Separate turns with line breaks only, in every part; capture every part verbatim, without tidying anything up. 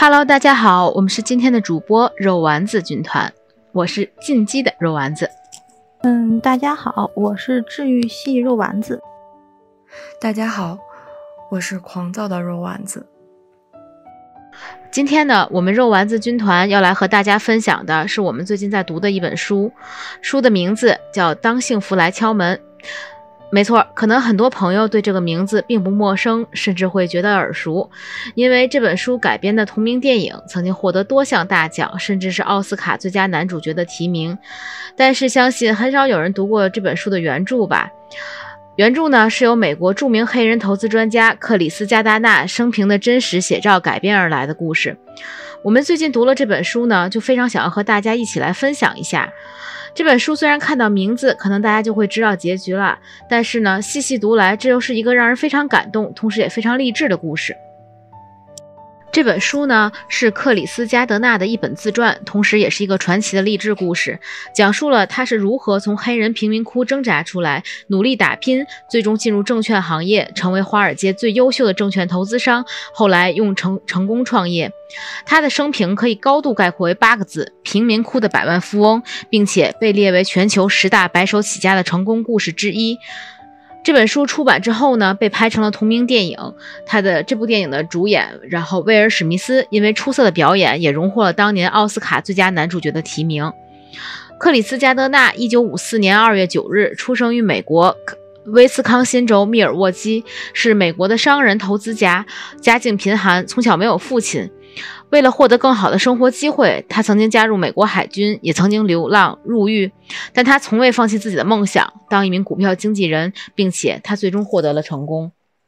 Hello， 大家好，我们是今天的主播肉丸子军团，我是进击的肉丸子。
嗯，大家好，我是治愈系肉丸子。
大家好，我是狂躁的肉丸子。
今天呢，我们肉丸子军团要来和大家分享的是我们最近在读的一本书，书的名字叫《当幸福来敲门》。没错，可能很多朋友对这个名字并不陌生，甚至会觉得耳熟，因为这本书改编的同名电影曾经获得多项大奖，甚至是奥斯卡最佳男主角的提名。但是相信很少有人读过这本书的原著吧。原著呢是由美国著名黑人投资专家克里斯加达纳生平的真实写照改编而来的故事。我们最近读了这本书呢，就非常想要和大家一起来分享一下。这本书虽然看到名字可能大家就会知道结局了，但是呢细细读来，这又是一个让人非常感动，同时也非常励志的故事。这本书呢是克里斯加德纳的一本自传，同时也是一个传奇的励志故事，讲述了他是如何从黑人贫民窟挣扎出来，努力打拼，最终进入证券行业，成为华尔街最优秀的证券投资商，后来用成成功创业。他的生平可以高度概括为八个字：贫民窟的百万富翁，并且被列为全球十大白手起家的成功故事之一。这本书出版之后呢，被拍成了同名电影。他的这部电影的主演，然后威尔史密斯因为出色的表演，也荣获了当年奥斯卡最佳男主角的提名。克里斯加德纳一九五四年二月九日出生于美国威斯康辛州密尔沃基，是美国的商人投资家，家境贫寒，从小没有父亲。为了获得更好的生活机会，他曾经加入美国海军，也曾经流浪入狱，但他从未放弃自己的梦想，当一名股票经纪人，并且他最终获得了成功。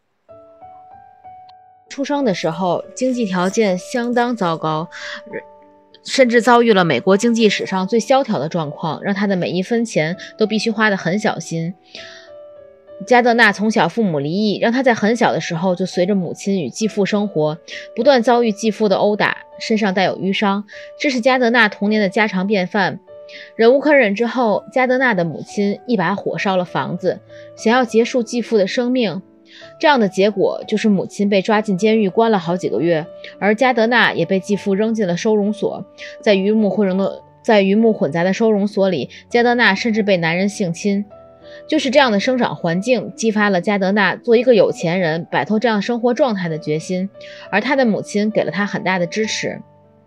出生的时候，经济条件相当糟糕，甚至遭遇了美国经济史上最萧条的状况，让他的每一分钱都必须花得很小心。加德纳从小父母离异，让他在很小的时候就随着母亲与继父生活，不断遭遇继父的殴打，身上带有淤伤，这是加德纳童年的家常便饭。忍无可忍之后，加德纳的母亲一把火烧了房子，想要结束继父的生命。这样的结果就是母亲被抓进监狱关了好几个月，而加德纳也被继父扔进了收容所。在鱼目混的在鱼目混杂的收容所里，加德纳甚至被男人性侵。就是这样的生长环境激发了加德纳做一个有钱人，摆脱这样生活状态的决心，而他的母亲给了他很大的支持。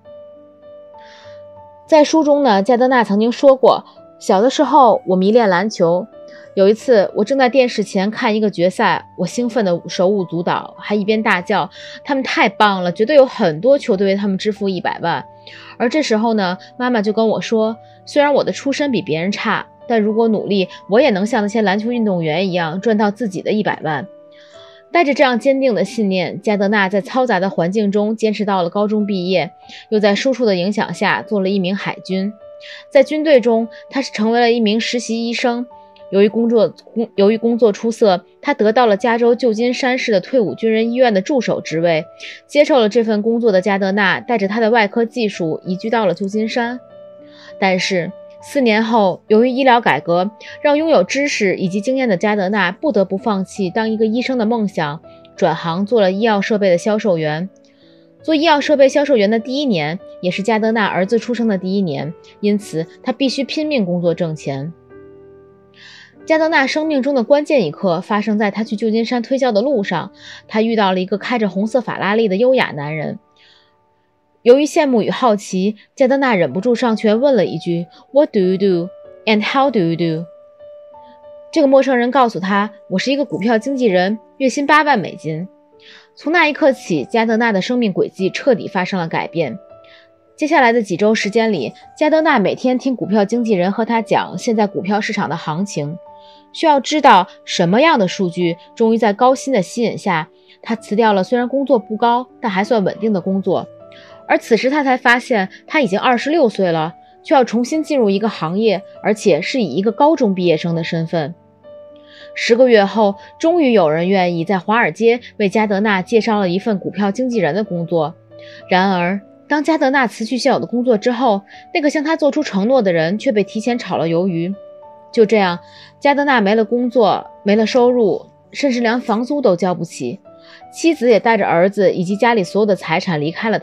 在书中呢，加德纳曾经说过，小的时候我迷恋篮球，有一次我正在电视前看一个决赛，我兴奋的手舞足蹈，还一边大叫他们太棒了，绝对有很多球队为他们支付一百万。而这时候呢，妈妈就跟我说，虽然我的出身比别人差，但如果努力，我也能像那些篮球运动员一样赚到自己的一百万。带着这样坚定的信念，加德纳在嘈杂的环境中坚持到了高中毕业，又在叔叔的影响下做了一名海军。在军队中，他是成为了一名实习医生。由于工作由于工作出色，他得到了加州旧金山市的退伍军人医院的助手职位。接受了这份工作的加德纳带着他的外科技术移居到了旧金山。但是四年后，由于医疗改革，让拥有知识以及经验的加德纳不得不放弃当一个医生的梦想，转行做了医药设备的销售员。做医药设备销售员的第一年，也是加德纳儿子出生的第一年，因此他必须拼命工作挣钱。加德纳生命中的关键一刻发生在他去旧金山推销的路上，他遇到了一个开着红色法拉利的优雅男人。由于羡慕与好奇，加德纳忍不住上前问了一句 What do you do? And how do you do? 这个陌生人告诉他，我是一个股票经纪人，月薪八万美金。从那一刻起，加德纳的生命轨迹彻底发生了改变。接下来的几周时间里，加德纳每天听股票经纪人和他讲现在股票市场的行情。需要知道什么样的数据，终于在高薪的吸引下，他辞掉了虽然工作不高但还算稳定的工作。而此时他才发现，他已经二十六岁了，却要重新进入一个行业，而且是以一个高中毕业生的身份。十个月后，终于有人愿意在华尔街为加德纳介绍了一份股票经纪人的工作。然而当加德纳辞去现有的工作之后，那个向他做出承诺的人却被提前炒了鱿鱼。就这样，加德纳没了工作，没了收入，甚至连房租都交不起。妻子也带着儿子以及家里所有的财产离开了他。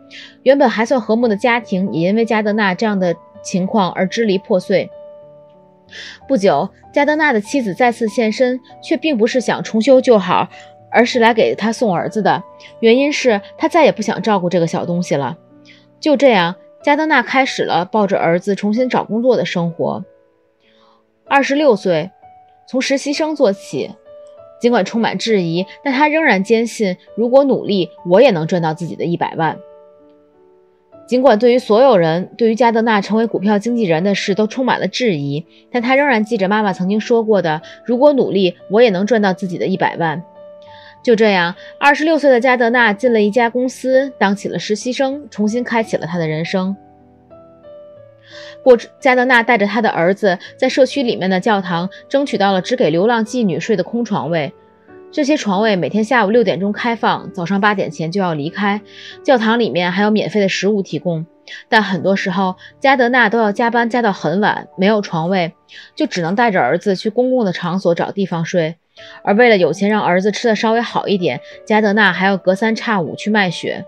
原本还算和睦的家庭也因为加德纳这样的情况而支离破碎。不久，加德纳的妻子再次现身，却并不是想重修旧好，而是来给他送儿子的。原因是他再也不想照顾这个小东西了。就这样，加德纳开始了抱着儿子重新找工作的生活。二十六岁，从实习生做起，尽管充满质疑，但他仍然坚信，如果努力，我也能赚到自己的一百万。尽管对于所有人，对于加德纳成为股票经纪人的事都充满了质疑，但他仍然记着妈妈曾经说过的，如果努力，我也能赚到自己的一百万。就这样，二十六岁的加德纳进了一家公司，当起了实习生，重新开启了他的人生。过加德纳带着他的儿子在社区里面的教堂争取到了只给流浪妓女睡的空床位。这些床位每天下午六点钟开放，早上八点前就要离开。教堂里面还有免费的食物提供，但很多时候加德纳都要加班加到很晚，没有床位，就只能带着儿子去公共的场所找地方睡。而为了有钱让儿子吃的稍微好一点，加德纳还要隔三差五去卖血。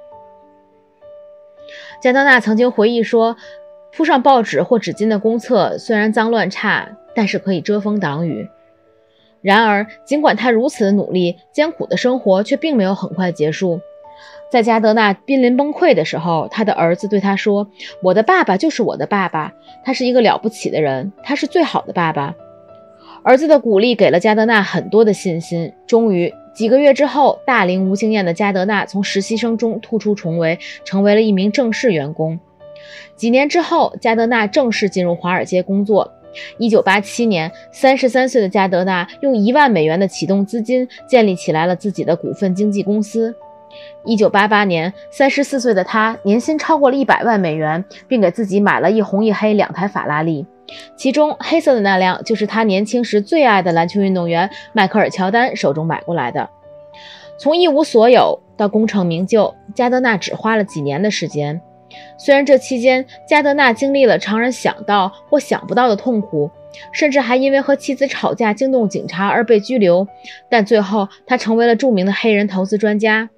加德纳曾经回忆说，铺上报纸或纸巾的公厕虽然脏乱差，但是可以遮风挡雨。然而，尽管他如此的努力，艰苦的生活却并没有很快结束。在加德纳濒临崩溃的时候，他的儿子对他说，我的爸爸就是我的爸爸，他是一个了不起的人，他是最好的爸爸。儿子的鼓励给了加德纳很多的信心。终于几个月之后，大龄无经验的加德纳从实习生中突出重围，成为了一名正式员工。几年之后，加德纳正式进入华尔街工作。一九八七年，三十三岁的加德纳用一万美元的启动资金建立起来了自己的股份经纪公司。一九八八年，三十四岁的他年薪超过了一百万美元，并给自己买了一红一黑两台法拉利，其中黑色的那辆就是他年轻时最爱的篮球运动员迈克尔·乔丹手中买过来的。从一无所有到功成名就，加德纳只花了几年的时间。虽然这期间加德纳经历了常人想到或想不到的痛苦，甚至还因为和妻子吵架惊动警察而被拘留，但最后他成为了著名的黑人投资专家。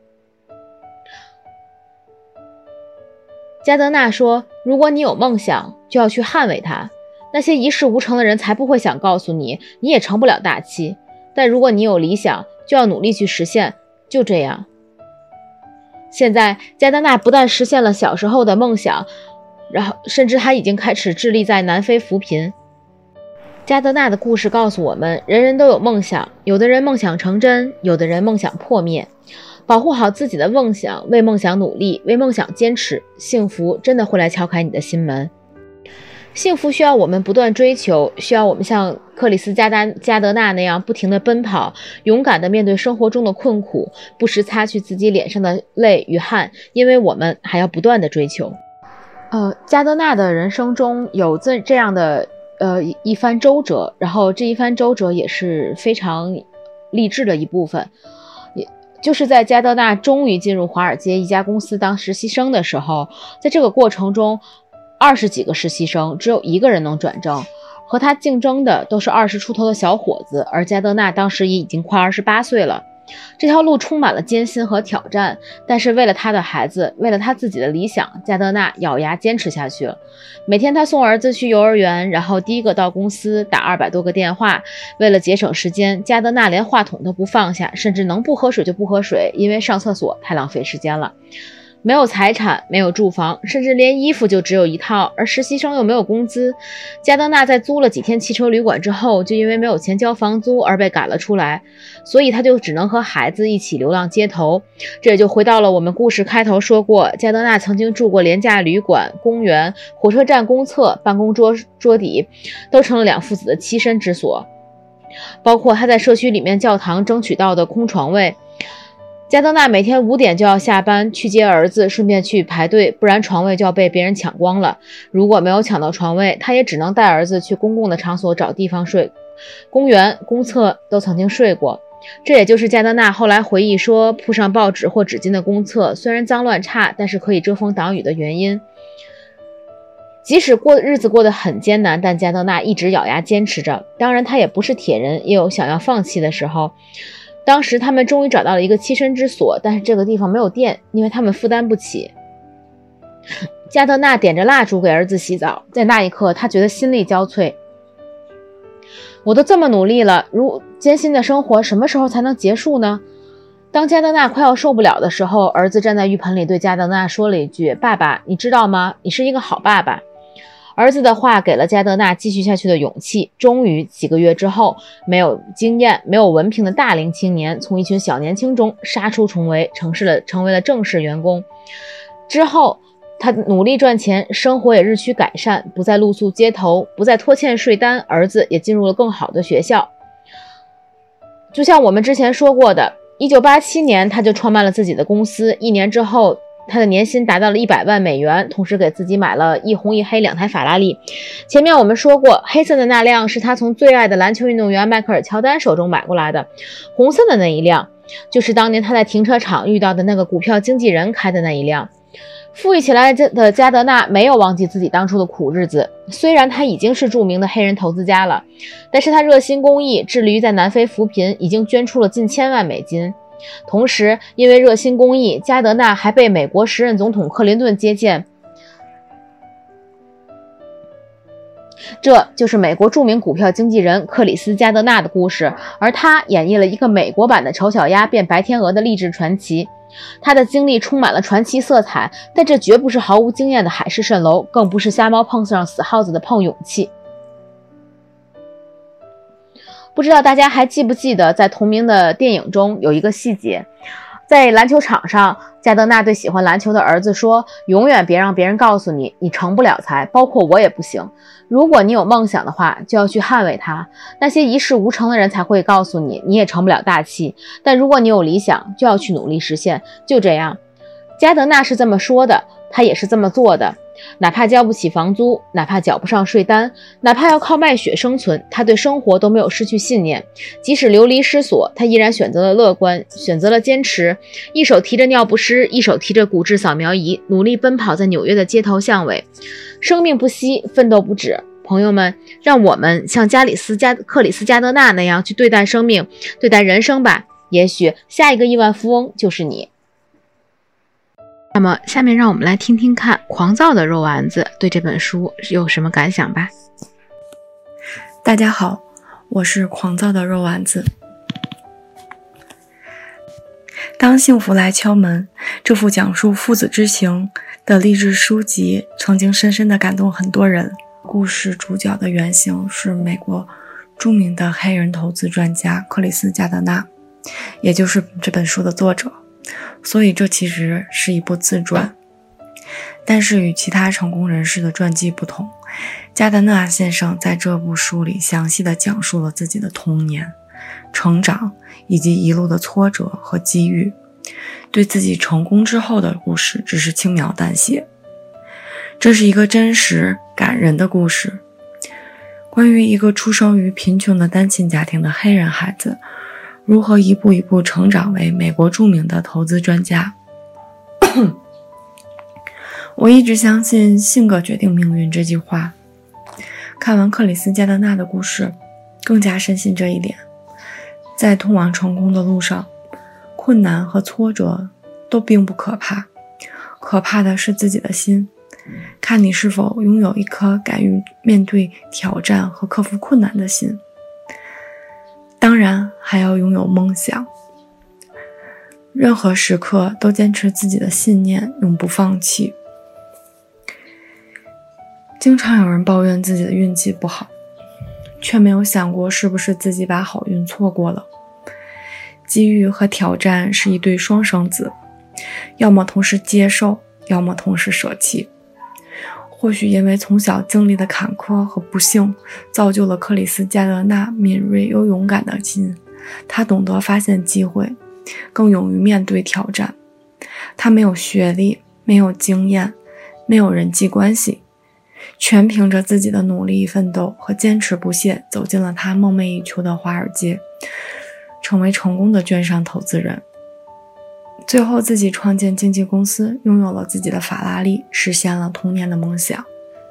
加德纳说，如果你有梦想，就要去捍卫它。那些一事无成的人才不会想告诉你，你也成不了大器。但如果你有理想，就要努力去实现，就这样。现在加德纳不但实现了小时候的梦想，然后甚至他已经开始致力在南非扶贫。加德纳的故事告诉我们，人人都有梦想，有的人梦想成真，有的人梦想破灭。保护好自己的梦想，为梦想努力，为梦想坚持，幸福真的会来敲开你的心门。幸福需要我们不断追求，需要我们像克里斯加丹加德纳那样不停地奔跑，勇敢地面对生活中的困苦，不时擦去自己脸上的泪与汗，因为我们还要不断地追求。呃，加德纳的人生中有这这样的呃一番周折，然后这一番周折也是非常励志的一部分。也就是在加德纳终于进入华尔街一家公司当实习生的时候，在这个过程中，二十几个实习生只有一个人能转正，和他竞争的都是二十出头的小伙子，而加德纳当时也已经快二十八岁了。这条路充满了艰辛和挑战，但是为了他的孩子，为了他自己的理想，加德纳咬牙坚持下去了。每天他送儿子去幼儿园，然后第一个到公司打二百多个电话。为了节省时间，加德纳连话筒都不放下，甚至能不喝水就不喝水，因为上厕所太浪费时间了。没有财产，没有住房，甚至连衣服就只有一套，而实习生又没有工资。加德纳在租了几天汽车旅馆之后，就因为没有钱交房租而被赶了出来，所以他就只能和孩子一起流浪街头。这也就回到了我们故事开头说过，加德纳曾经住过廉价旅馆、公园、火车站公厕、办公桌桌底，都成了两父子的栖身之所。包括他在社区里面教堂争取到的空床位。加德纳每天五点就要下班去接儿子，顺便去排队，不然床位就要被别人抢光了。如果没有抢到床位，他也只能带儿子去公共的场所找地方睡，公园、公厕都曾经睡过。这也就是加德纳后来回忆说，铺上报纸或纸巾的公厕虽然脏乱差，但是可以遮风挡雨的原因。即使过日子过得很艰难，但加德纳一直咬牙坚持着。当然他也不是铁人，也有想要放弃的时候。当时他们终于找到了一个栖身之所，但是这个地方没有电，因为他们负担不起。 加德纳点着蜡烛给儿子洗澡，在那一刻他觉得心力交瘁。我都这么努力了，如艰辛的生活什么时候才能结束呢？当加德纳快要受不了的时候，儿子站在浴盆里对加德纳说了一句：爸爸，你知道吗？你是一个好爸爸。儿子的话给了加德纳继续下去的勇气。终于几个月之后，没有经验没有文凭的大龄青年从一群小年轻中杀出重围，成事了成为了正式员工。之后他努力赚钱，生活也日趋改善，不再露宿街头，不再拖欠税单，儿子也进入了更好的学校。就像我们之前说过的，一九八七年他就创办了自己的公司，一年之后他的年薪达到了一百万美元，同时给自己买了一红一黑两台法拉利。前面我们说过，黑色的那辆是他从最爱的篮球运动员迈克尔乔丹手中买过来的，红色的那一辆就是当年他在停车场遇到的那个股票经纪人开的那一辆。富裕起来的加德纳没有忘记自己当初的苦日子，虽然他已经是著名的黑人投资家了，但是他热心公益，致力于在南非扶贫，已经捐出了近千万美金。同时因为热心公益，加德纳还被美国时任总统克林顿接见。这就是美国著名股票经纪人克里斯·加德纳的故事，而他演绎了一个美国版的丑小鸭变白天鹅的励志传奇。他的经历充满了传奇色彩，但这绝不是毫无经验的海市蜃楼，更不是瞎猫碰上死耗子的碰勇气。不知道大家还记不记得，在同名的电影中有一个细节，在篮球场上，加德纳对喜欢篮球的儿子说，永远别让别人告诉你你成不了才，包括我也不行。如果你有梦想的话，就要去捍卫它。那些一事无成的人才会告诉你你也成不了大器，但如果你有理想，就要去努力实现。就这样，加德纳是这么说的，他也是这么做的。哪怕交不起房租，哪怕缴不上税单，哪怕要靠卖血生存，他对生活都没有失去信念。即使流离失所，他依然选择了乐观，选择了坚持，一手提着尿不湿，一手提着骨质扫描仪，努力奔跑在纽约的街头巷尾。生命不息，奋斗不止。朋友们，让我们像加里斯加克里斯加德纳那样去对待生命，对待人生吧。也许下一个亿万富翁就是你。那么下面让我们来听听看狂躁的肉丸子对这本书有什么感想吧。
大家好，我是狂躁的肉丸子。当幸福来敲门，这部讲述父子之情的励志书籍曾经深深地感动很多人。故事主角的原型是美国著名的黑人投资专家克里斯·加德纳，也就是这本书的作者。所以这其实是一部自传，但是与其他成功人士的传记不同，加德纳先生在这部书里详细地讲述了自己的童年、成长以及一路的挫折和机遇，对自己成功之后的故事只是轻描淡写。这是一个真实感人的故事，关于一个出生于贫穷的单亲家庭的黑人孩子如何一步一步成长为美国著名的投资专家。我一直相信性格决定命运这句话，看完克里斯·加德纳的故事更加深信这一点。在通往成功的路上，困难和挫折都并不可怕，可怕的是自己的心，看你是否拥有一颗敢于面对挑战和克服困难的心。当然还要拥有梦想，任何时刻都坚持自己的信念，永不放弃。经常有人抱怨自己的运气不好，却没有想过是不是自己把好运错过了。机遇和挑战是一对双生子，要么同时接受，要么同时舍弃。或许因为从小经历的坎坷和不幸，造就了克里斯·加德纳敏锐又勇敢的心。他懂得发现机会，更勇于面对挑战。他没有学历，没有经验，没有人际关系，全凭着自己的努力奋斗和坚持不懈，走进了他梦寐以求的华尔街，成为成功的券商投资人。最后自己创建经纪公司，拥有了自己的法拉利，实现了童年的梦想。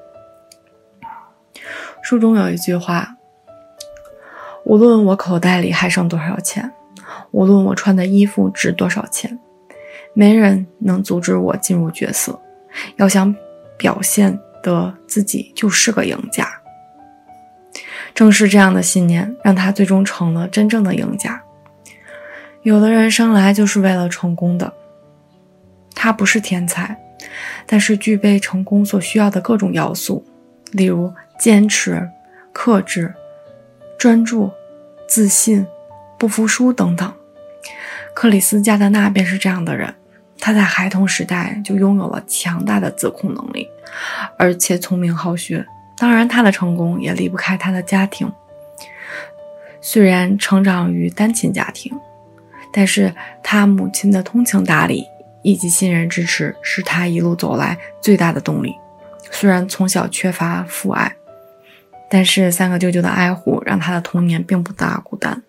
书中有一句话，无论我口袋里还剩多少钱，无论我穿的衣服值多少钱，没人能阻止我进入角色， 要想表现得自己就是个赢家。正是这样的信念，让他最终成了真正的赢家。有的人生来就是为了成功的，他不是天才，但是具备成功所需要的各种要素，例如坚持、克制、专注、自信、不服输等等。克里斯加德纳便是这样的人，他在孩童时代就拥有了强大的自控能力，而且聪明好学。当然，他的成功也离不开他的家庭。虽然成长于单亲家庭，但是他母亲的通情达理以及信任支持是他一路走来最大的动力。虽然从小缺乏父爱，但是三个舅舅的爱护让他的童年并不大孤单。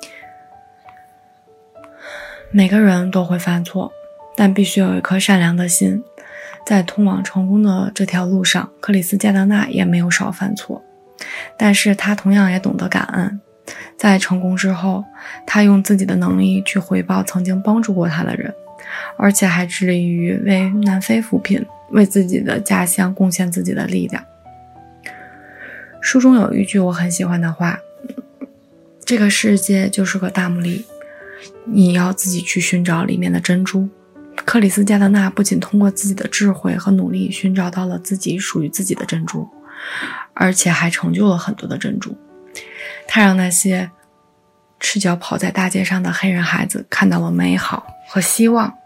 每个人都会犯错，但必须有一颗善良的心。在通往成功的这条路上，克里斯加德纳也没有少犯错，但是他同样也懂得感恩。在成功之后，他用自己的能力去回报曾经帮助过他的人，而且还致力于为南非扶贫，为自己的家乡贡献自己的力量。书中有一句我很喜欢的话，这个世界就是个大牡蛎，你要自己去寻找里面的珍珠。克里斯加德纳不仅通过自己的智慧和努力寻找到了自己属于自己的珍珠，而且还成就了很多的珍珠。他让那些赤脚跑在大街上的黑人孩子看到了美好和希望。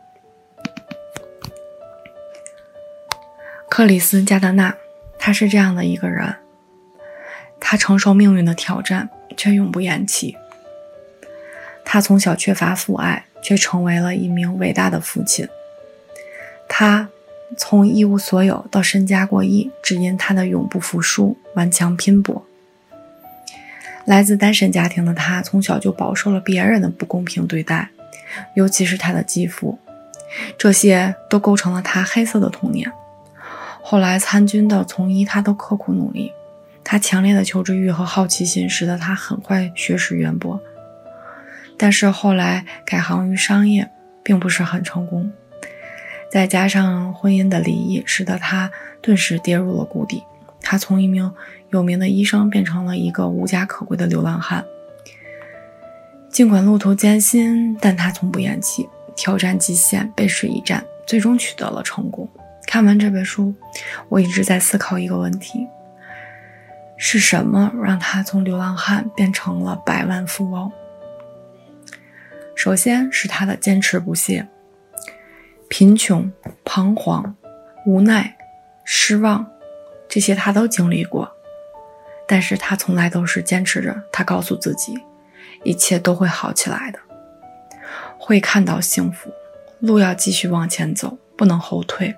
克里斯加德纳，他是这样的一个人，他承受命运的挑战，却永不言弃。他从小缺乏父爱，却成为了一名伟大的父亲。他从一无所有到身家过亿，只因他的永不服输、顽强拼搏。来自单身家庭的他，从小就饱受了别人的不公平对待，尤其是他的继父，这些都构成了他黑色的童年。后来参军的从医，他都刻苦努力。他强烈的求知欲和好奇心使得他很快学识渊博，但是后来改行于商业并不是很成功，再加上婚姻的离异，使得他顿时跌入了谷底。他从一名有名的医生变成了一个无家可归的流浪汉。尽管路途艰辛，但他从不言弃，挑战极限，背水一战，最终取得了成功。看完这本书，我一直在思考一个问题，是什么让他从流浪汉变成了百万富翁？首先是他的坚持不懈。贫穷、彷徨、无奈、失望，这些他都经历过，但是他从来都是坚持着。他告诉自己，一切都会好起来的，会看到幸福，路要继续往前走，不能后退。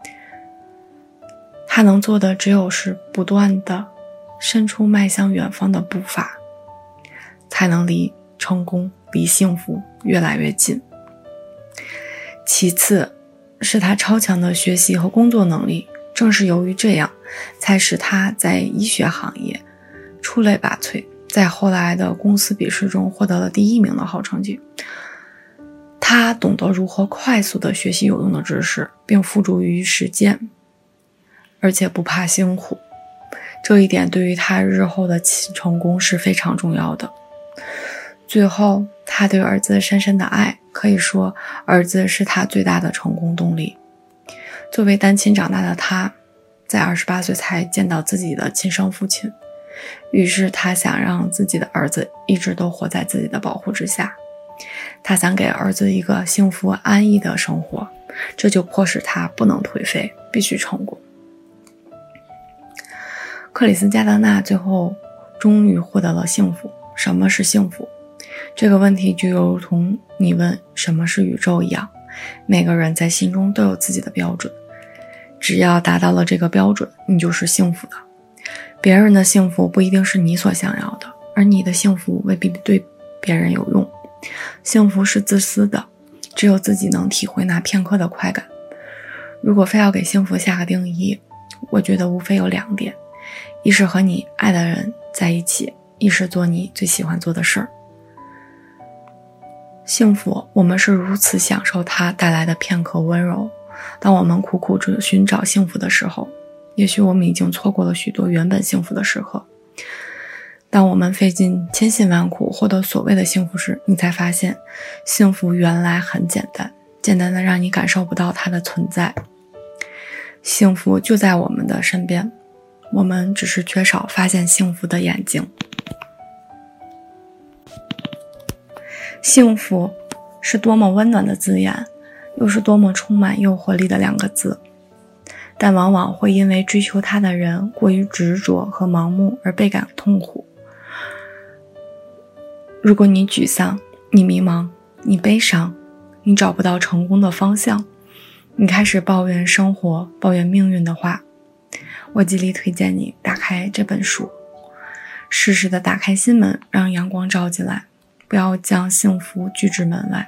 他能做的只有是不断的伸出迈向远方的步伐，才能离成功、离幸福越来越近。其次是他超强的学习和工作能力，正是由于这样，才使他在医学行业出类拔萃，在后来的公司笔试中获得了第一名的好成绩。他懂得如何快速地学习有用的知识，并付诸于实践，而且不怕辛苦，这一点对于他日后的成功是非常重要的。最后，他对儿子深深的爱，可以说儿子是他最大的成功动力。作为单亲长大的他，在二十八岁才见到自己的亲生父亲，于是他想让自己的儿子一直都活在自己的保护之下，他想给儿子一个幸福安逸的生活，这就迫使他不能颓废，必须成功。克里斯加德纳最后终于获得了幸福。什么是幸福？这个问题就如同你问什么是宇宙一样，每个人在心中都有自己的标准，只要达到了这个标准，你就是幸福的。别人的幸福不一定是你所想要的，而你的幸福未必对别人有用。幸福是自私的，只有自己能体会那片刻的快感。如果非要给幸福下个定义，我觉得无非有两点，一是和你爱的人在一起，一是做你最喜欢做的事儿。幸福，我们是如此享受它带来的片刻温柔， 当我们苦苦着寻找幸福的时候，也许我们已经错过了许多原本幸福的时刻。当我们费尽千辛万苦获得所谓的幸福时，你才发现幸福原来很简单，简单的让你感受不到它的存在。幸福就在我们的身边，我们只是缺少发现幸福的眼睛。幸福是多么温暖的字眼，又是多么充满诱惑力的两个字，但往往会因为追求它的人过于执着和盲目而倍感痛苦。如果你沮丧，你迷茫，你悲伤，你找不到成功的方向，你开始抱怨生活，抱怨命运的话，我极力推荐你打开这本书，适时的打开心门，让阳光照进来，不要将幸福拒之门外。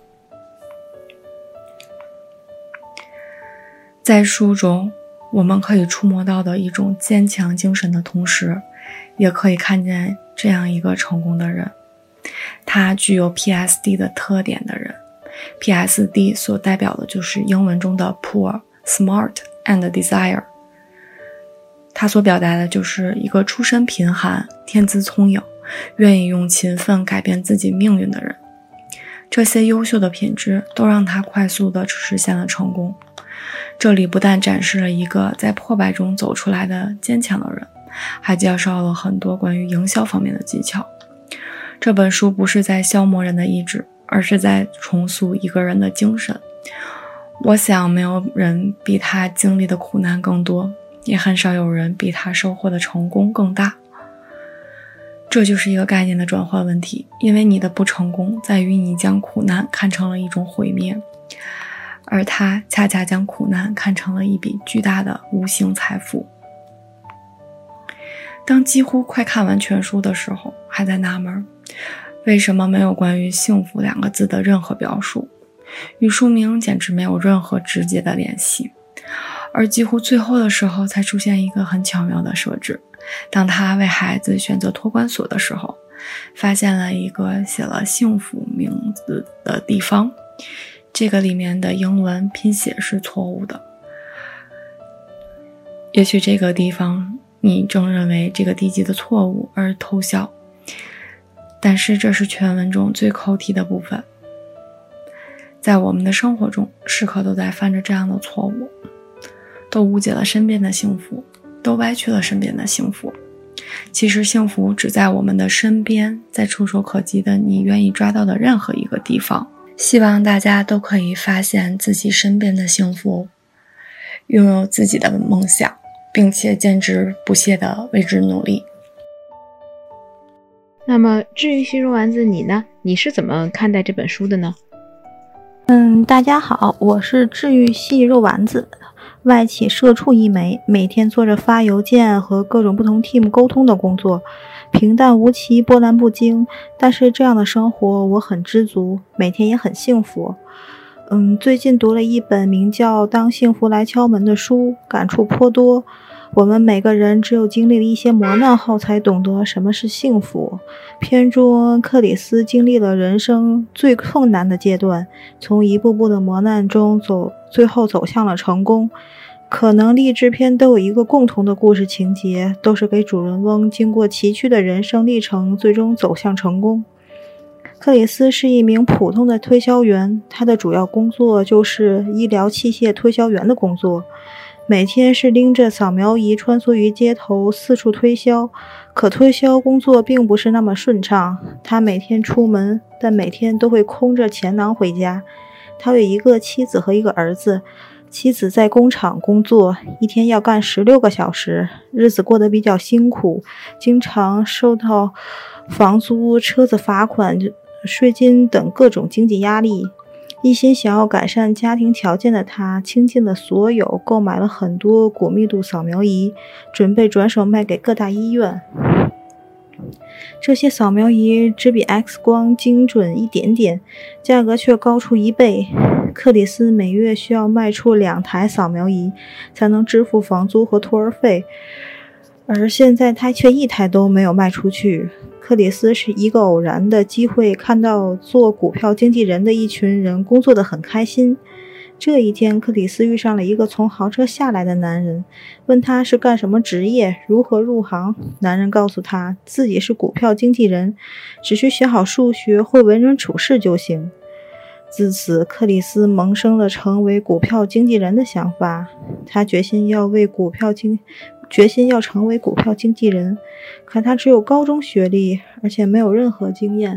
在书中，我们可以触摸到的一种坚强精神的同时，也可以看见这样一个成功的人，他具有 P S D 的特点的人。 P S D 所代表的就是英文中的 Poor, Smart and Desire， 他所表达的就是一个出身贫寒、天资聪颖、愿意用勤奋改变自己命运的人。这些优秀的品质都让他快速地实现了成功。这里不但展示了一个在破败中走出来的坚强的人，还介绍了很多关于营销方面的技巧。这本书不是在消磨人的意志，而是在重塑一个人的精神。我想没有人比他经历的苦难更多，也很少有人比他收获的成功更大。这就是一个概念的转换问题，因为你的不成功在于你将苦难看成了一种毁灭，而他恰恰将苦难看成了一笔巨大的无形财富。当几乎快看完全书的时候，还在纳闷为什么没有关于幸福两个字的任何表述，与书名简直没有任何直接的联系。而几乎最后的时候才出现一个很巧妙的设置，当他为孩子选择托管所的时候，发现了一个写了幸福名字的地方，这个里面的英文拼写是错误的。也许这个地方你正认为这个低级的错误而偷笑，但是这是全文中最扣题的部分。在我们的生活中，时刻都在犯着这样的错误，都误解了身边的幸福，都歪曲了身边的幸福。其实幸福只在我们的身边，在触手可及的你愿意抓到的任何一个地方。希望大家都可以发现自己身边的幸福，拥有自己的梦想，并且坚持不懈地为之努力。
那么治愈系肉丸子你呢？你是怎么看待这本书的呢？
嗯，大家好，我是治愈系肉丸子，外企社畜一枚，每天做着发邮件和各种不同 team 沟通的工作，平淡无奇，波澜不惊，但是这样的生活我很知足，每天也很幸福。嗯，最近读了一本名叫《当幸福来敲门》的书，感触颇多。我们每个人只有经历了一些磨难后才懂得什么是幸福。片中克里斯经历了人生最困难的阶段，从一步步的磨难中走，最后走向了成功。可能励志片都有一个共同的故事情节，都是给主人翁经过崎岖的人生历程，最终走向成功。克里斯是一名普通的推销员，他的主要工作就是医疗器械推销员的工作，每天是拎着扫描仪穿梭于街头四处推销。可推销工作并不是那么顺畅，他每天出门，但每天都会空着钱囊回家。他有一个妻子和一个儿子，妻子在工厂工作，一天要干十六个小时，日子过得比较辛苦，经常受到房租、车子罚款、税金等各种经济压力。一心想要改善家庭条件的他，倾尽了所有，购买了很多高密度扫描仪，准备转手卖给各大医院。这些扫描仪只比 X 光精准一点点，价格却高出一倍。克里斯每月需要卖出两台扫描仪，才能支付房租和托儿费，而现在他却一台都没有卖出去。克里斯是一个偶然的机会看到做股票经纪人的一群人工作得很开心， 这一天，克里斯遇上了一个从豪车下来的男人，问他是干什么职业，如何入行。男人告诉他自己是股票经纪人，只需学好数学，会为人处事就行。自此，克里斯萌生了成为股票经纪人的想法。他决心要为股票经决心要成为股票经纪人，可他只有高中学历，而且没有任何经验。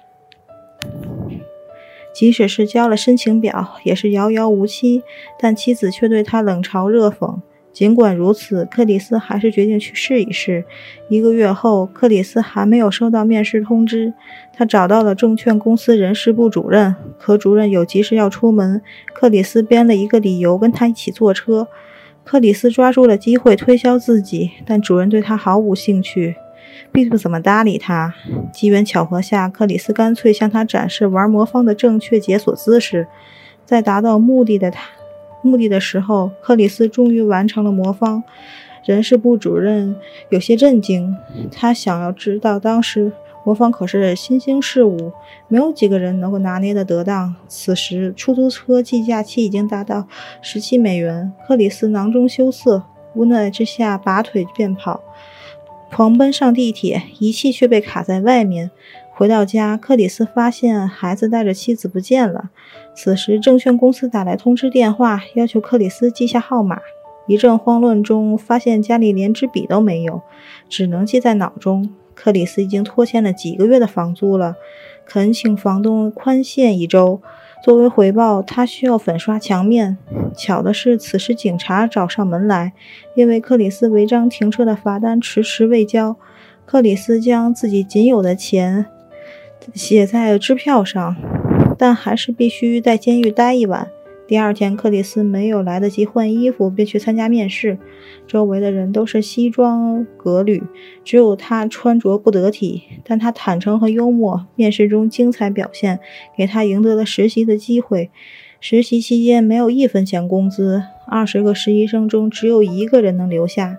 即使是交了申请表，也是遥遥无期，但妻子却对他冷嘲热讽。尽管如此，克里斯还是决定去试一试。一个月后，克里斯还没有收到面试通知，他找到了证券公司人事部主任，可主任有急事要出门，克里斯编了一个理由跟他一起坐车。克里斯抓住了机会推销自己，但主任对他毫无兴趣，并不怎么搭理他。机缘巧合下，克里斯干脆向他展示玩魔方的正确解锁姿势。在达到目的的他目的的时候，克里斯终于完成了魔方。人事部主任有些震惊，他想要知道当时魔方可是新兴事物，没有几个人能够拿捏得得当。此时出租车计价器已经达到十七美元，克里斯囊中羞涩，无奈之下拔腿便跑，狂奔上地铁，仪器却被卡在外面。回到家，克里斯发现孩子带着妻子不见了。此时证券公司打来通知电话，要求克里斯记下号码。一阵慌乱中，发现家里连支笔都没有，只能记在脑中。克里斯已经拖欠了几个月的房租了，恳请房东宽限一周。作为回报，他需要粉刷墙面。巧的是，此时警察找上门来，因为克里斯违章停车的罚单迟迟未交。克里斯将自己仅有的钱写在支票上，但还是必须在监狱待一晚。第二天，克里斯没有来得及换衣服，便去参加面试。周围的人都是西装革履，只有他穿着不得体，但他坦诚和幽默，面试中精彩表现，给他赢得了实习的机会。实习期间没有一分钱工资，二十个实习生中只有一个人能留下。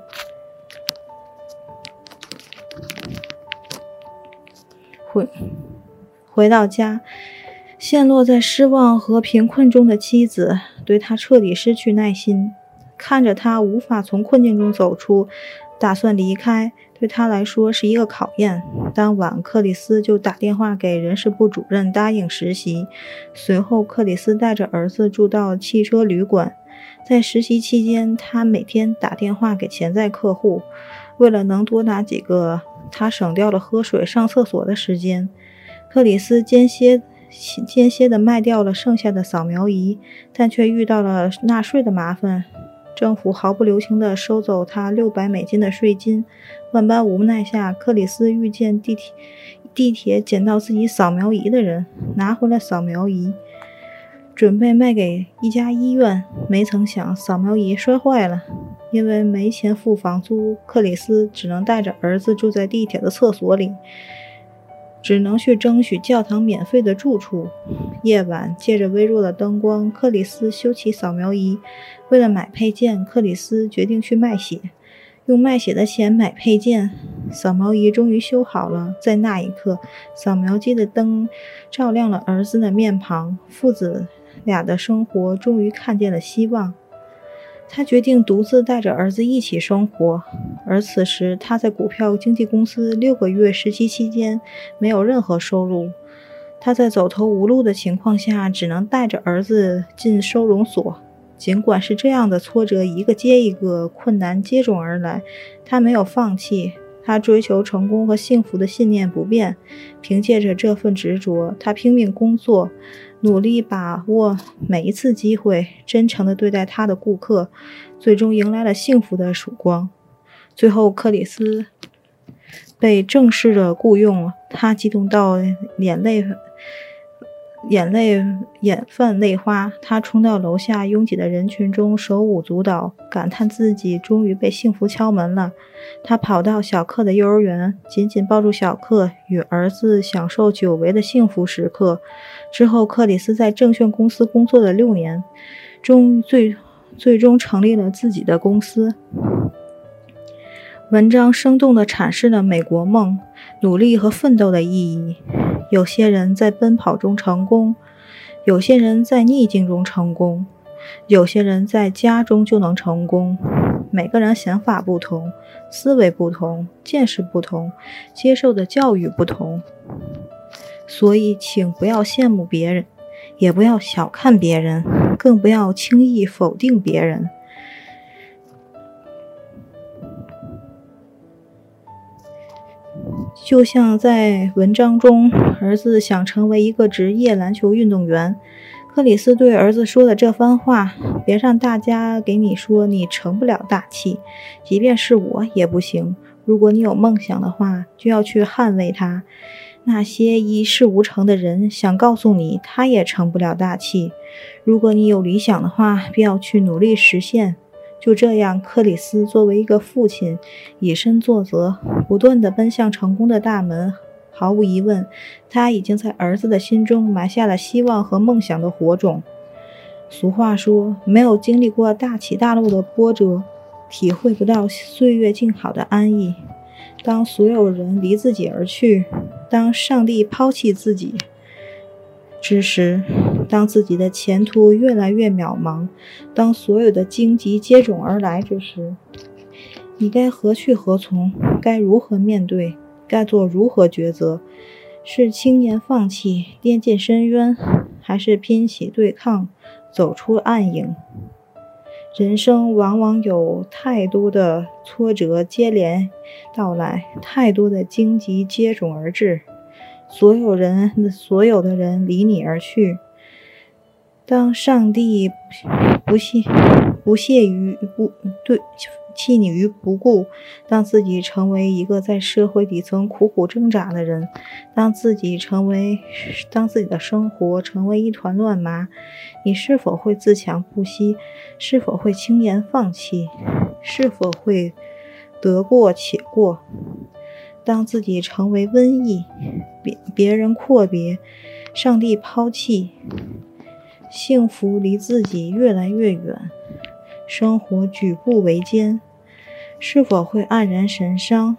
回回到家，陷落在失望和贫困中的妻子对他彻底失去耐心，看着他无法从困境中走出，打算离开，对他来说是一个考验。当晚，克里斯就打电话给人事部主任答应实习。随后，克里斯带着儿子住到汽车旅馆。在实习期间，他每天打电话给潜在客户，为了能多拿几个，他省掉了喝水、上厕所的时间。克里斯间歇间歇地卖掉了剩下的扫描仪，但却遇到了纳税的麻烦。政府毫不留情地收走他六百美金的税金。万般无奈下，克里斯遇见地铁地铁捡到自己扫描仪的人，拿回了扫描仪，准备卖给一家医院。没曾想扫描仪摔坏了，因为没钱付房租，克里斯只能带着儿子住在地铁的厕所里，只能去争取教堂免费的住处。夜晚，借着微弱的灯光，克里斯修起扫描仪。为了买配件，克里斯决定去卖血，用卖血的钱买配件。扫描仪终于修好了，在那一刻，扫描机的灯照亮了儿子的面庞，父子俩的生活终于看见了希望。他决定独自带着儿子一起生活，而此时他在股票经纪公司六个月实习期间没有任何收入。他在走投无路的情况下，只能带着儿子进收容所。尽管是这样的挫折一个接一个，困难接踵而来，他没有放弃。他追求成功和幸福的信念不变，凭借着这份执着，他拼命工作，努力把握每一次机会，真诚地对待他的顾客，最终迎来了幸福的曙光。最后，克里斯被正式的雇佣了，他激动到眼泪眼泪眼泛泪花，他冲到楼下拥挤的人群中，手舞足蹈，感叹自己终于被幸福敲门了。他跑到小克的幼儿园，紧紧抱住小克，与儿子享受久违的幸福时刻。之后，克里斯在证券公司工作了六年，终最最终成立了自己的公司。文章生动地阐释了美国梦、努力和奋斗的意义。有些人在奔跑中成功，有些人在逆境中成功， 有些人在家中就能成功。每个人想法不同，思维不同，见识不同，接受的教育不同，所以请不要羡慕别人，也不要小看别人，更不要轻易否定别人。就像在文章中，儿子想成为一个职业篮球运动员，克里斯对儿子说的这番话，别让大家给你说你成不了大器，即便是我也不行。如果你有梦想的话，就要去捍卫它。那些一事无成的人想告诉你，他也成不了大器。如果你有理想的话，便要去努力实现。就这样，克里斯作为一个父亲，以身作则，不断地奔向成功的大门。毫无疑问，他已经在儿子的心中埋下了希望和梦想的火种。俗话说，没有经历过大起大落的波折，体会不到岁月静好的安逸。当所有人离自己而去，当上帝抛弃自己之时，当自己的前途越来越渺茫，当所有的荆棘接踵而来之时，你该何去何从？该如何面对？该做如何抉择？是轻言放弃，跌进深渊，还是拼起对抗，走出暗影？人生往往有太多的挫折接连到来，太多的荆棘接踵而至，所有人所有的人离你而去。当上帝不屑不屑于不对弃你于不顾，当自己成为一个在社会底层苦苦挣扎的人，当自己成为当自己的生活成为一团乱麻，你是否会自强不息？是否会轻言放弃？是否会得过且过？当自己成为瘟疫，别别人阔别，上帝抛弃，幸福离自己越来越远，生活举步维艰，是否会黯然神伤？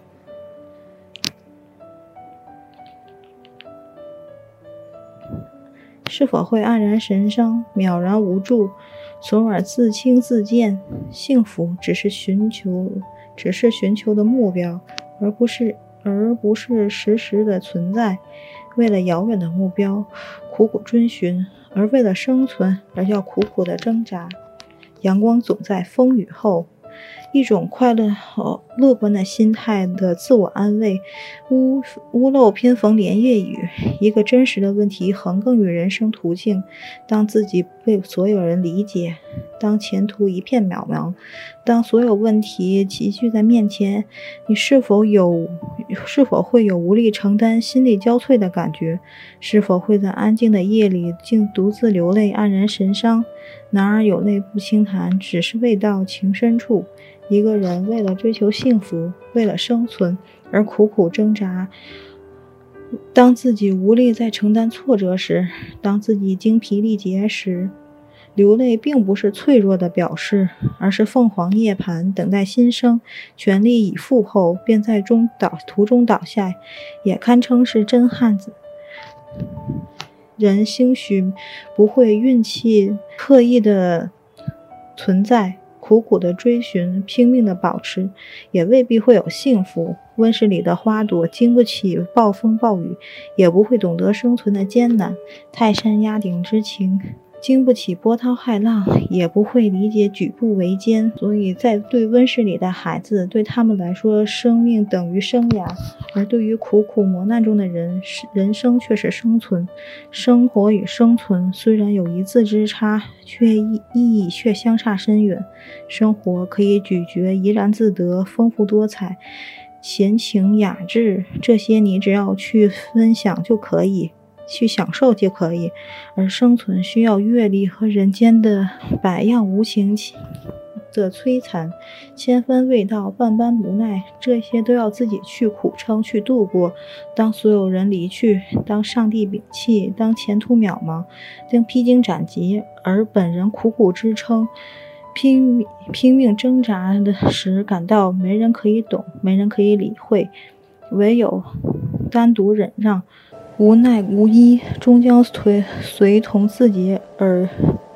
是否会黯然神伤，渺然无助，从而自轻自贱？幸福只是寻求，只是寻求的目标，而不是而不是实时的存在。为了遥远的目标苦苦追寻，而为了生存而要苦苦的挣扎。阳光总在风雨后，一种快乐和乐观的心态的自我安慰。屋屋漏偏逢连夜雨，一个真实的问题横亘于人生途径。当自己被所有人理解，当前途一片渺茫，当所有问题齐聚在面前，你是否有是否会有无力承担、心力交瘁的感觉？是否会在安静的夜里竟独自流泪、黯然神伤？男儿有泪不轻弹，只是未到情深处。一个人为了追求幸福，为了生存而苦苦挣扎。当自己无力再承担挫折时，当自己精疲力竭时，流泪并不是脆弱的表示，而是凤凰涅槃，等待新生。全力以赴后便在中倒途中倒下，也堪称是真汉子。人兴许不会运气刻意的存在，苦苦的追寻，拼命的保持，也未必会有幸福。温室里的花朵经不起暴风暴雨，也不会懂得生存的艰难。泰山压顶之情经不起波涛骇浪，也不会理解举步维艰。所以在对温室里的孩子，对他们来说，生命等于生涯，而对于苦苦磨难中的人，人生却是生存。生活与生存虽然有一字之差，却意义却相差深远。生活可以咀嚼，怡然自得，丰富多彩，闲情雅致，这些你只要去分享就可以，去享受就可以。而生存需要阅历和人间的百样无情的摧残，千番味道，万般无奈，这些都要自己去苦撑，去度过。当所有人离去，当上帝摒弃，当前途渺茫，当披荆斩棘，而本人苦苦支撑，拼拼命挣扎的时，感到没人可以懂，没人可以理会，唯有单独忍让，无奈无依，终将随随同自己而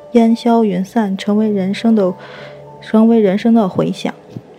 烟消云散，成为人生的成为人生的回响。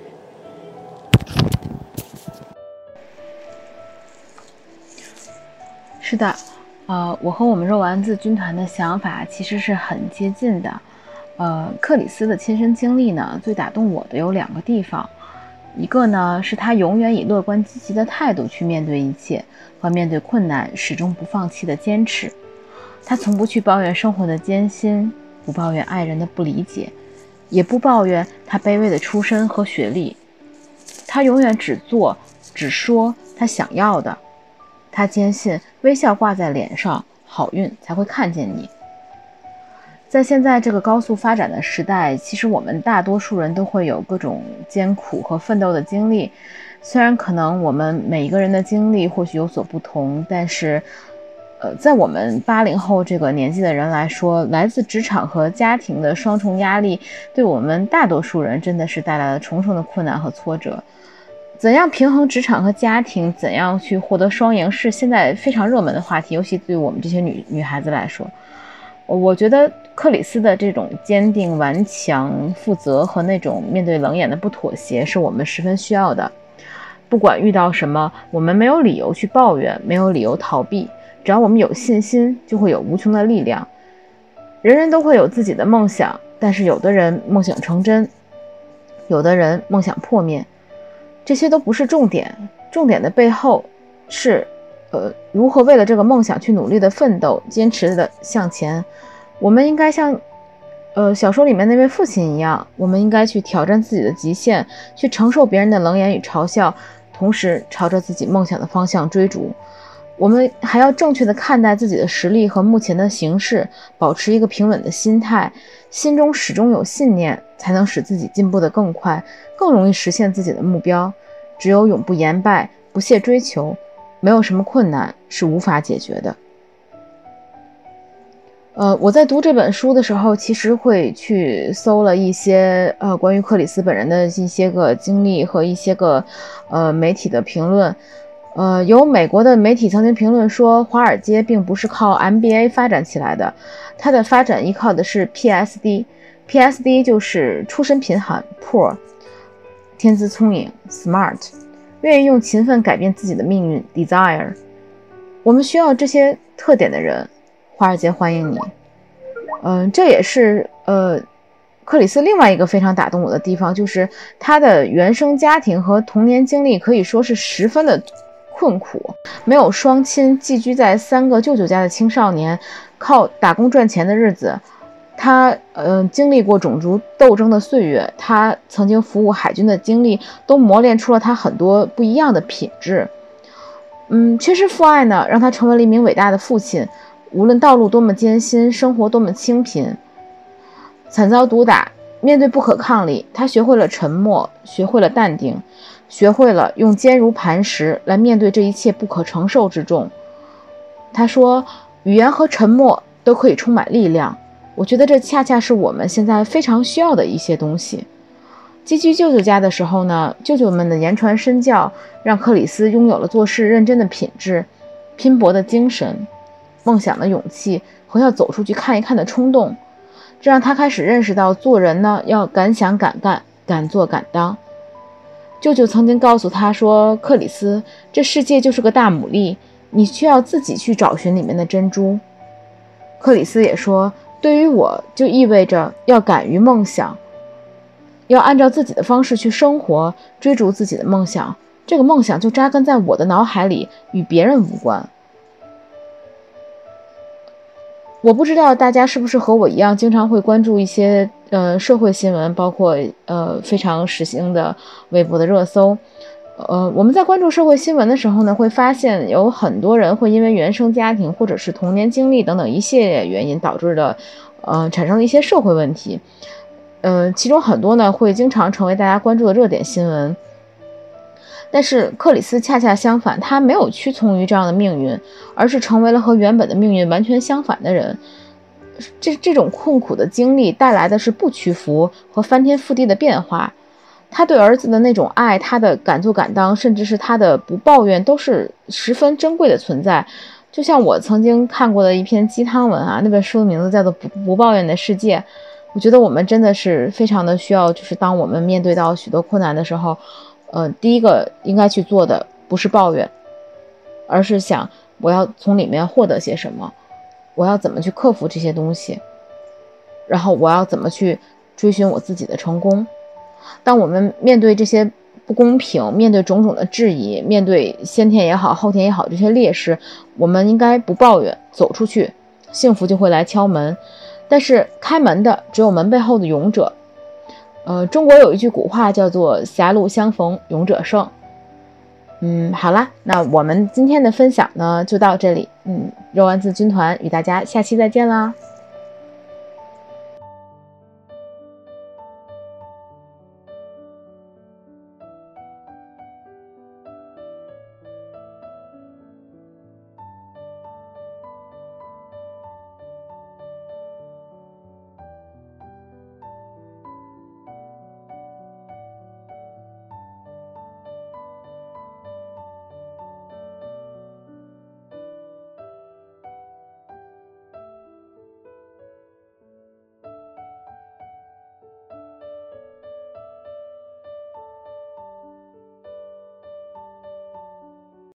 是的，呃，我和我们肉丸子军团的想法其实是很接近的。呃，克里斯的亲身经历呢，最打动我的有两个地方，一个呢是他永远以乐观积极的态度去面对一切，和面对困难始终不放弃的坚持。他从不去抱怨生活的艰辛，不抱怨爱人的不理解，也不抱怨他卑微的出身和学历。他永远只做只说他想要的。他坚信微笑挂在脸上，好运才会看见你。在现在这个高速发展的时代，其实我们大多数人都会有各种艰苦和奋斗的经历。虽然可能我们每一个人的经历或许有所不同，但是呃，在我们八零后这个年纪的人来说，来自职场和家庭的双重压力，对我们大多数人真的是带来了重重的困难和挫折。怎样平衡职场和家庭，怎样去获得双赢，是现在非常热门的话题，尤其对我们这些女女孩子来说。我觉得克里斯的这种坚定、顽强、负责和那种面对冷眼的不妥协，是我们十分需要的。不管遇到什么，我们没有理由去抱怨，没有理由逃避，只要我们有信心，就会有无穷的力量。人人都会有自己的梦想，但是有的人梦想成真，有的人梦想破灭。这些都不是重点，重点的背后是呃，如何为了这个梦想去努力的奋斗，坚持的向前。我们应该像呃小说里面那位父亲一样，我们应该去挑战自己的极限，去承受别人的冷眼与嘲笑，同时朝着自己梦想的方向追逐。我们还要正确的看待自己的实力和目前的形势，保持一个平稳的心态，心中始终有信念，才能使自己进步得更快，更容易实现自己的目标。只有永不言败，不懈追求，没有什么困难是无法解决的。呃，我在读这本书的时候，其实会去搜了一些呃关于克里斯本人的一些个经历和一些个呃媒体的评论。呃，有美国的媒体曾经评论说，华尔街并不是靠 M B A 发展起来的，它的发展依靠的是 P S D。P S D 就是出身贫寒 poor， 天资聪颖 smart， 愿意用勤奋改变自己的命运 desire。 我们需要这些特点的人，华尔街欢迎你。嗯、呃，这也是呃克里斯另外一个非常打动我的地方，就是他的原生家庭和童年经历可以说是十分的困苦。没有双亲，寄居在三个舅舅家的青少年，靠打工赚钱的日子。他呃经历过种族斗争的岁月，他曾经服务海军的经历，都磨练出了他很多不一样的品质。嗯，缺失父爱呢，让他成为了一名伟大的父亲。无论道路多么艰辛，生活多么清贫，惨遭毒打，面对不可抗力，他学会了沉默，学会了淡定，学会了用坚如磐石来面对这一切不可承受之重。他说，语言和沉默都可以充满力量。我觉得这恰恰是我们现在非常需要的一些东西。寄居舅舅家的时候呢，舅舅们的言传身教让克里斯拥有了做事认真的品质，拼搏的精神，梦想的勇气和要走出去看一看的冲动。这让他开始认识到，做人呢要敢想敢干，敢做敢当。舅舅曾经告诉他说，克里斯，这世界就是个大牡蛎，你需要自己去找寻里面的珍珠。克里斯也说，对于我就意味着要敢于梦想，要按照自己的方式去生活，追逐自己的梦想。这个梦想就扎根在我的脑海里，与别人无关。我不知道大家是不是和我一样，经常会关注一些呃社会新闻，包括呃非常时兴的微博的热搜。呃，我们在关注社会新闻的时候呢，会发现有很多人会因为原生家庭或者是童年经历等等一系列原因导致的，呃，产生了一些社会问题。呃，其中很多呢会经常成为大家关注的热点新闻。但是克里斯恰恰相反，他没有屈从于这样的命运，而是成为了和原本的命运完全相反的人。这这种困苦的经历带来的是不屈服和翻天覆地的变化。他对儿子的那种爱，他的敢做敢当，甚至是他的不抱怨，都是十分珍贵的存在。 就像我曾经看过的一篇鸡汤文啊，那本书的名字叫做不不抱怨的世界。我觉得我们真的是非常的需要，就是当我们面对到许多困难的时候，呃，第一个应该去做的不是抱怨，而是想我要从里面获得些什么，我要怎么去克服这些东西，然后我要怎么去追寻我自己的成功。当我们面对这些不公平，面对种种的质疑，面对先天也好后天也好这些劣势，我们应该不抱怨，走出去，幸福就会来敲门。但是开门的只有门背后的勇者。呃，中国有一句古话叫做狭路相逢勇者胜。嗯，好啦，那我们今天的分享呢就到这里。嗯，肉丸子军团与大家下期再见啦。